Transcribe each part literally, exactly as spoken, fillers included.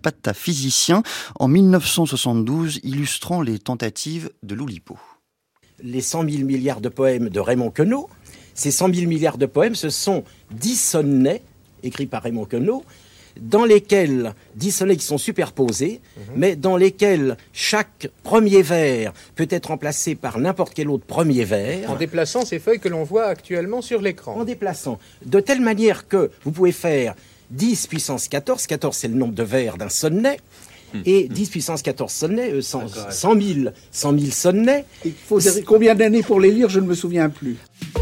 pataphysicien en mille neuf cent soixante-douze, illustrant les tentatives de l'Oulipo. Les cent mille milliards de poèmes de Raymond Queneau, ces cent mille milliards de poèmes, ce sont dix sonnets écrits par Raymond Queneau, dans lesquels, dix sonnets qui sont superposés, mmh. mais dans lesquels chaque premier vers peut être remplacé par n'importe quel autre premier vers. En déplaçant ces feuilles que l'on voit actuellement sur l'écran. En déplaçant. De telle manière que vous pouvez faire dix puissance quatorze, quatorze c'est le nombre de vers d'un sonnet, mmh. et dix puissance quatorze sonnets, euh, cent mille sonnets. Il faut dire combien d'années pour les lire, je ne me souviens plus.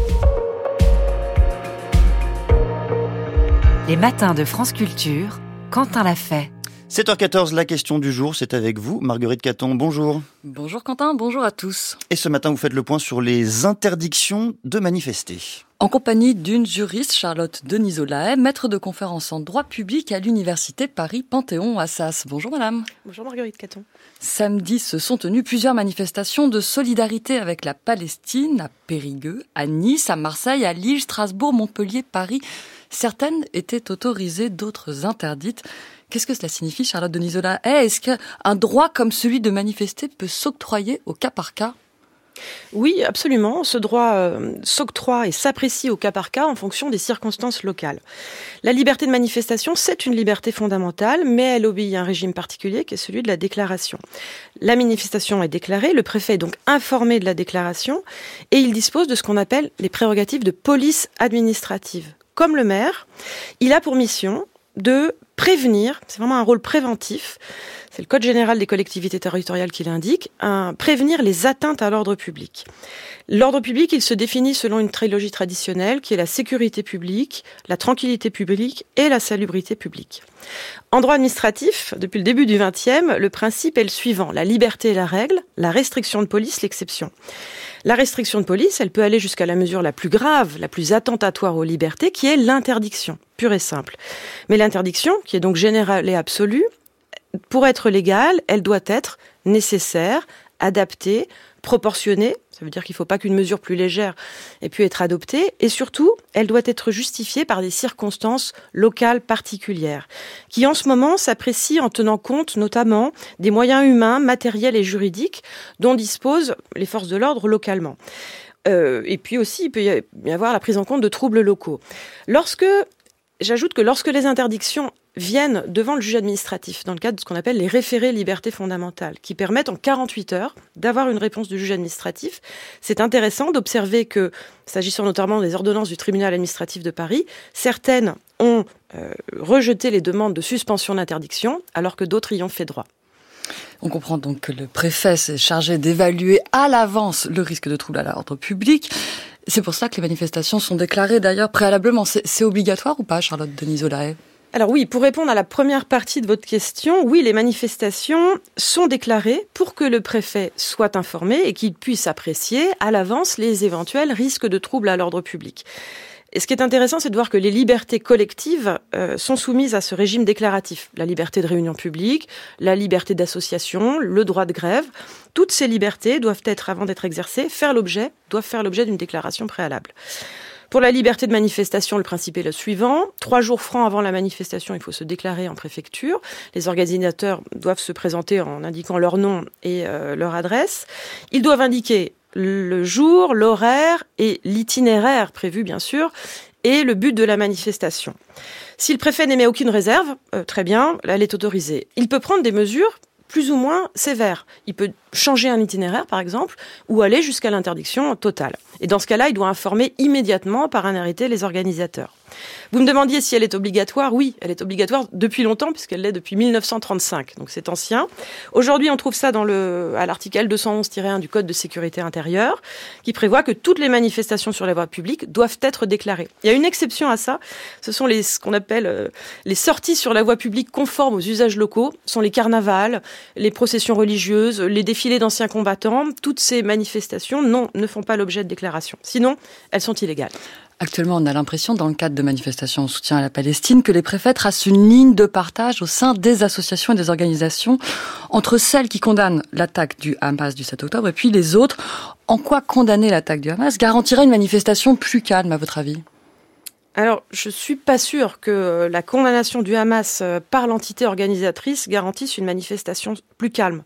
Les matins de France Culture, Quentin l'a fait. sept heures quatorze, la question du jour, c'est avec vous, Marguerite Caton, bonjour. Bonjour Quentin, bonjour à tous. Et ce matin, vous faites le point sur les interdictions de manifester. En compagnie d'une juriste, Charlotte Denisot-Lahaye, maître de conférence en droit public à l'université Paris-Panthéon-Assas. Bonjour madame. Bonjour Marguerite Caton. Samedi se sont tenues plusieurs manifestations de solidarité avec la Palestine, à Périgueux, à Nice, à Marseille, à Lille, Strasbourg, Montpellier, Paris. Certaines étaient autorisées, d'autres interdites. Qu'est-ce que cela signifie, Charlotte Denisot-Lahaye ? Est-ce qu'un droit comme celui de manifester peut s'octroyer au cas par cas ? Oui, absolument. Ce droit euh, s'octroie et s'apprécie au cas par cas en fonction des circonstances locales. La liberté de manifestation, c'est une liberté fondamentale, mais elle obéit à un régime particulier qui est celui de la déclaration. La manifestation est déclarée, le préfet est donc informé de la déclaration et il dispose de ce qu'on appelle les prérogatives de police administrative. Comme le maire, il a pour mission de prévenir, c'est vraiment un rôle préventif, c'est le Code général des collectivités territoriales qui l'indique, un, prévenir les atteintes à l'ordre public. L'ordre public, il se définit selon une trilogie traditionnelle qui est la sécurité publique, la tranquillité publique et la salubrité publique. En droit administratif, depuis le début du vingtième, le principe est le suivant, la liberté est la règle, la restriction de police l'exception. La restriction de police, elle peut aller jusqu'à la mesure la plus grave, la plus attentatoire aux libertés, qui est l'interdiction, pure et simple. Mais l'interdiction, qui est donc générale et absolue, pour être légale, elle doit être nécessaire, adaptée, proportionnée, ça veut dire qu'il ne faut pas qu'une mesure plus légère ait pu être adoptée, et surtout, elle doit être justifiée par des circonstances locales particulières, qui en ce moment s'apprécient en tenant compte notamment des moyens humains, matériels et juridiques dont disposent les forces de l'ordre localement. Euh, et puis aussi, il peut y avoir la prise en compte de troubles locaux. Lorsque, j'ajoute que lorsque les interdictions viennent devant le juge administratif, dans le cadre de ce qu'on appelle les référés libertés fondamentales, qui permettent en quarante-huit heures d'avoir une réponse du juge administratif. C'est intéressant d'observer que, s'agissant notamment des ordonnances du tribunal administratif de Paris, certaines ont euh, rejeté les demandes de suspension d'interdiction, alors que d'autres y ont fait droit. On comprend donc que le préfet s'est chargé d'évaluer à l'avance le risque de trouble à l'ordre public. C'est pour ça que les manifestations sont déclarées d'ailleurs préalablement. C'est, c'est obligatoire ou pas, Charlotte Denisot-Lahaye ? Alors oui, pour répondre à la première partie de votre question, oui, les manifestations sont déclarées pour que le préfet soit informé et qu'il puisse apprécier à l'avance les éventuels risques de troubles à l'ordre public. Et ce qui est intéressant, c'est de voir que les libertés collectives euh, sont soumises à ce régime déclaratif. La liberté de réunion publique, la liberté d'association, le droit de grève. Toutes ces libertés doivent être, avant d'être exercées, faire l'objet, doivent faire l'objet d'une déclaration préalable. Pour la liberté de manifestation, le principe est le suivant. Trois jours francs avant la manifestation, il faut se déclarer en préfecture. Les organisateurs doivent se présenter en indiquant leur nom et euh, leur adresse. Ils doivent indiquer le jour, l'horaire et l'itinéraire prévu, bien sûr, et le but de la manifestation. Si le préfet n'émet aucune réserve, euh, très bien, elle est autorisée. Il peut prendre des mesures plus ou moins sévères. Il peut changer un itinéraire, par exemple, ou aller jusqu'à l'interdiction totale. Et dans ce cas-là, il doit informer immédiatement par un arrêté les organisateurs. Vous me demandiez si elle est obligatoire. Oui, elle est obligatoire depuis longtemps, puisqu'elle l'est depuis mille neuf cent trente-cinq. Donc c'est ancien. Aujourd'hui, on trouve ça dans le, à l'article L deux cent onze tiret un du Code de sécurité intérieure, qui prévoit que toutes les manifestations sur la voie publique doivent être déclarées. Il y a une exception à ça. Ce sont les, ce qu'on appelle euh, les sorties sur la voie publique conformes aux usages locaux. Ce sont les carnavals, les processions religieuses, les défilés d'anciens combattants. Toutes ces manifestations non, ne font pas l'objet de déclaration. Sinon, elles sont illégales. Actuellement, on a l'impression, dans le cadre de manifestations en soutien à la Palestine, que les préfets tracent une ligne de partage au sein des associations et des organisations entre celles qui condamnent l'attaque du Hamas du sept octobre et puis les autres. En quoi condamner l'attaque du Hamas garantirait une manifestation plus calme, à votre avis ? Alors, je suis pas sûre que la condamnation du Hamas par l'entité organisatrice garantisse une manifestation plus calme.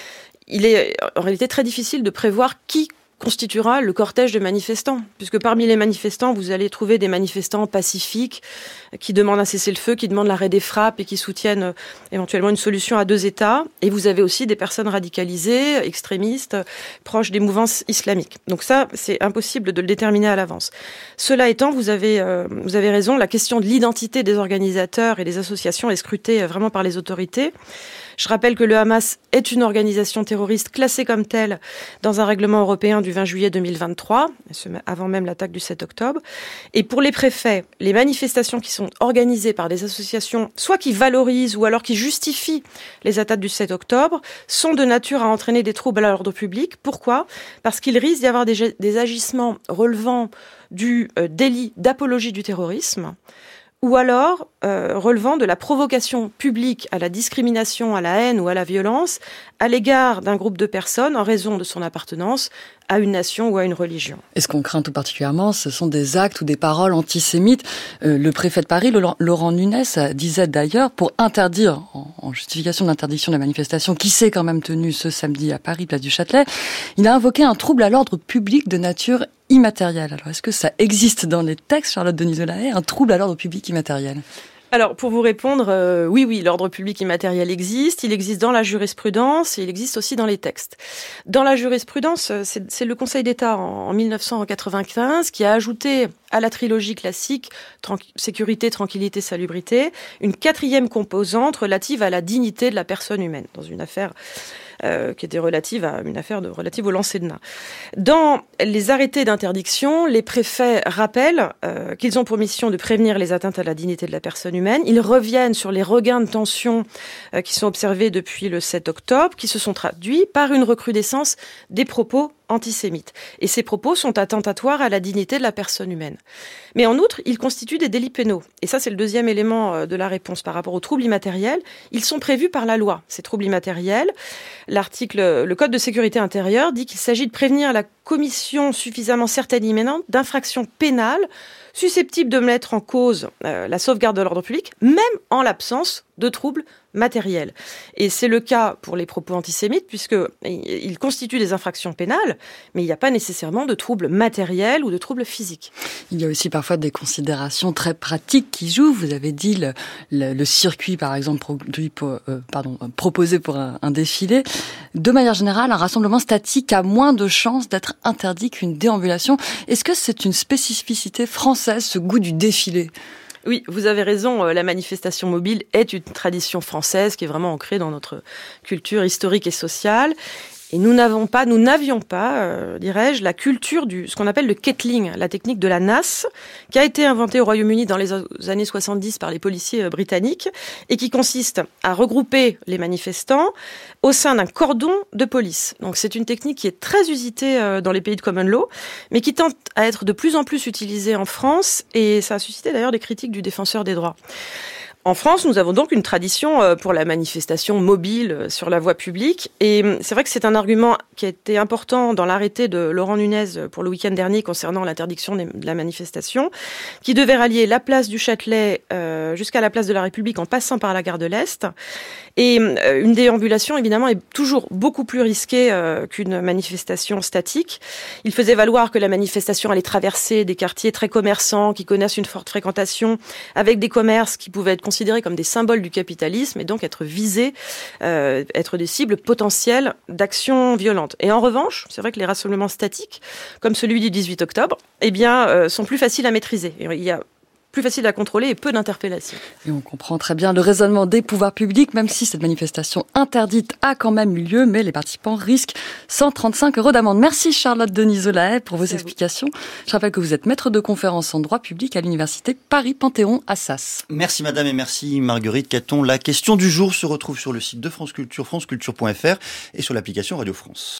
Il est en réalité très difficile de prévoir qui constituera le cortège de manifestants, puisque parmi les manifestants, vous allez trouver des manifestants pacifiques qui demandent un cessez-le-feu, qui demandent l'arrêt des frappes et qui soutiennent euh, éventuellement une solution à deux États. Et vous avez aussi des personnes radicalisées, extrémistes, proches des mouvances islamiques. Donc ça, c'est impossible de le déterminer à l'avance. Cela étant, vous avez, euh, vous avez raison, la question de l'identité des organisateurs et des associations est scrutée vraiment par les autorités. Je rappelle que le Hamas est une organisation terroriste classée comme telle dans un règlement européen du vingt juillet deux mille vingt-trois, avant même l'attaque du sept octobre. Et pour les préfets, les manifestations qui sont organisées par des associations, soit qui valorisent ou alors qui justifient les attaques du sept octobre, sont de nature à entraîner des troubles à l'ordre public. Pourquoi ? Parce qu'il risque d'y avoir des, des agissements relevant du euh, délit d'apologie du terrorisme, ou alors euh, relevant de la provocation publique à la discrimination, à la haine ou à la violence à l'égard d'un groupe de personnes en raison de son appartenance à une nation ou à une religion. Et ce qu'on craint tout particulièrement, ce sont des actes ou des paroles antisémites. Euh, le préfet de Paris, Laurent Nunez, disait d'ailleurs, pour interdire, en, en justification de l'interdiction de la manifestation qui s'est quand même tenue ce samedi à Paris, place du Châtelet, il a invoqué un trouble à l'ordre public de nature immatérielle. Alors, est-ce que ça existe dans les textes, Charlotte Denis-Delahaye, un trouble à l'ordre public immatériel ? Alors, pour vous répondre, euh, oui, oui, l'ordre public immatériel existe. Il existe dans la jurisprudence et il existe aussi dans les textes. Dans la jurisprudence, c'est, c'est le Conseil d'État en, en dix-neuf cent quatre-vingt-quinze qui a ajouté à la trilogie classique tranqu- sécurité, tranquillité, salubrité, une quatrième composante relative à la dignité de la personne humaine dans une affaire Euh, qui était relative à une affaire de, relative au lancer de nain. Dans les arrêtés d'interdiction, les préfets rappellent euh, qu'ils ont pour mission de prévenir les atteintes à la dignité de la personne humaine. Ils reviennent sur les regains de tension euh, qui sont observés depuis le sept octobre, qui se sont traduits par une recrudescence des propos antisémites. Et ces propos sont attentatoires à la dignité de la personne humaine. Mais en outre, ils constituent des délits pénaux. Et ça, c'est le deuxième élément de la réponse par rapport aux troubles immatériels. Ils sont prévus par la loi, ces troubles immatériels. L'article, le Code de sécurité intérieure dit qu'il s'agit de prévenir la commission suffisamment certaine et imminente d'infractions pénales susceptibles de mettre en cause euh, la sauvegarde de l'ordre public, même en l'absence de troubles matériels. Et c'est le cas pour les propos antisémites, puisqu'ils constituent des infractions pénales, mais il n'y a pas nécessairement de troubles matériels ou de troubles physiques. Il y a aussi parfois des considérations très pratiques qui jouent. Vous avez dit le, le, le circuit, par exemple, produit pour, euh, pardon, proposé pour un, un défilé. De manière générale, un rassemblement statique a moins de chances d'être interdit qu'une déambulation. Est-ce que c'est une spécificité française, ce goût du défilé ? Oui, vous avez raison, la manifestation mobile est une tradition française qui est vraiment ancrée dans notre culture historique et sociale. Et nous n'avons pas, nous n'avions pas, euh, dirais-je, la culture du ce qu'on appelle le kettling, la technique de la nasse, qui a été inventée au Royaume-Uni dans les années soixante-dix par les policiers britanniques et qui consiste à regrouper les manifestants au sein d'un cordon de police. Donc c'est une technique qui est très usitée euh, dans les pays de common law, mais qui tente à être de plus en plus utilisée en France, et ça a suscité d'ailleurs des critiques du défenseur des droits. En France, nous avons donc une tradition pour la manifestation mobile sur la voie publique. Et c'est vrai que c'est un argument qui a été important dans l'arrêté de Laurent Nunez pour le week-end dernier concernant l'interdiction de la manifestation, qui devait rallier la place du Châtelet euh, jusqu'à la place de la République en passant par la gare de l'Est. Et euh, une déambulation, évidemment, est toujours beaucoup plus risquée euh, qu'une manifestation statique. Il faisait valoir que la manifestation allait traverser des quartiers très commerçants qui connaissent une forte fréquentation, avec des commerces qui pouvaient être considérés comme des symboles du capitalisme et donc être visés, euh, être des cibles potentielles d'actions violentes. Et en revanche, c'est vrai que les rassemblements statiques, comme celui du dix-huit octobre, eh bien, euh, sont plus faciles à maîtriser. Il y a plus facile à contrôler et peu d'interpellations. Et on comprend très bien le raisonnement des pouvoirs publics, même si cette manifestation interdite a quand même eu lieu, mais les participants risquent cent trente-cinq euros d'amende. Merci Charlotte Denis-Delahaye pour vos explications. Je rappelle que vous êtes maître de conférence en droit public à l'université Paris-Panthéon-Assas. Merci madame et merci Marguerite Caton. La question du jour se retrouve sur le site de France Culture, franceculture point f r et sur l'application Radio France.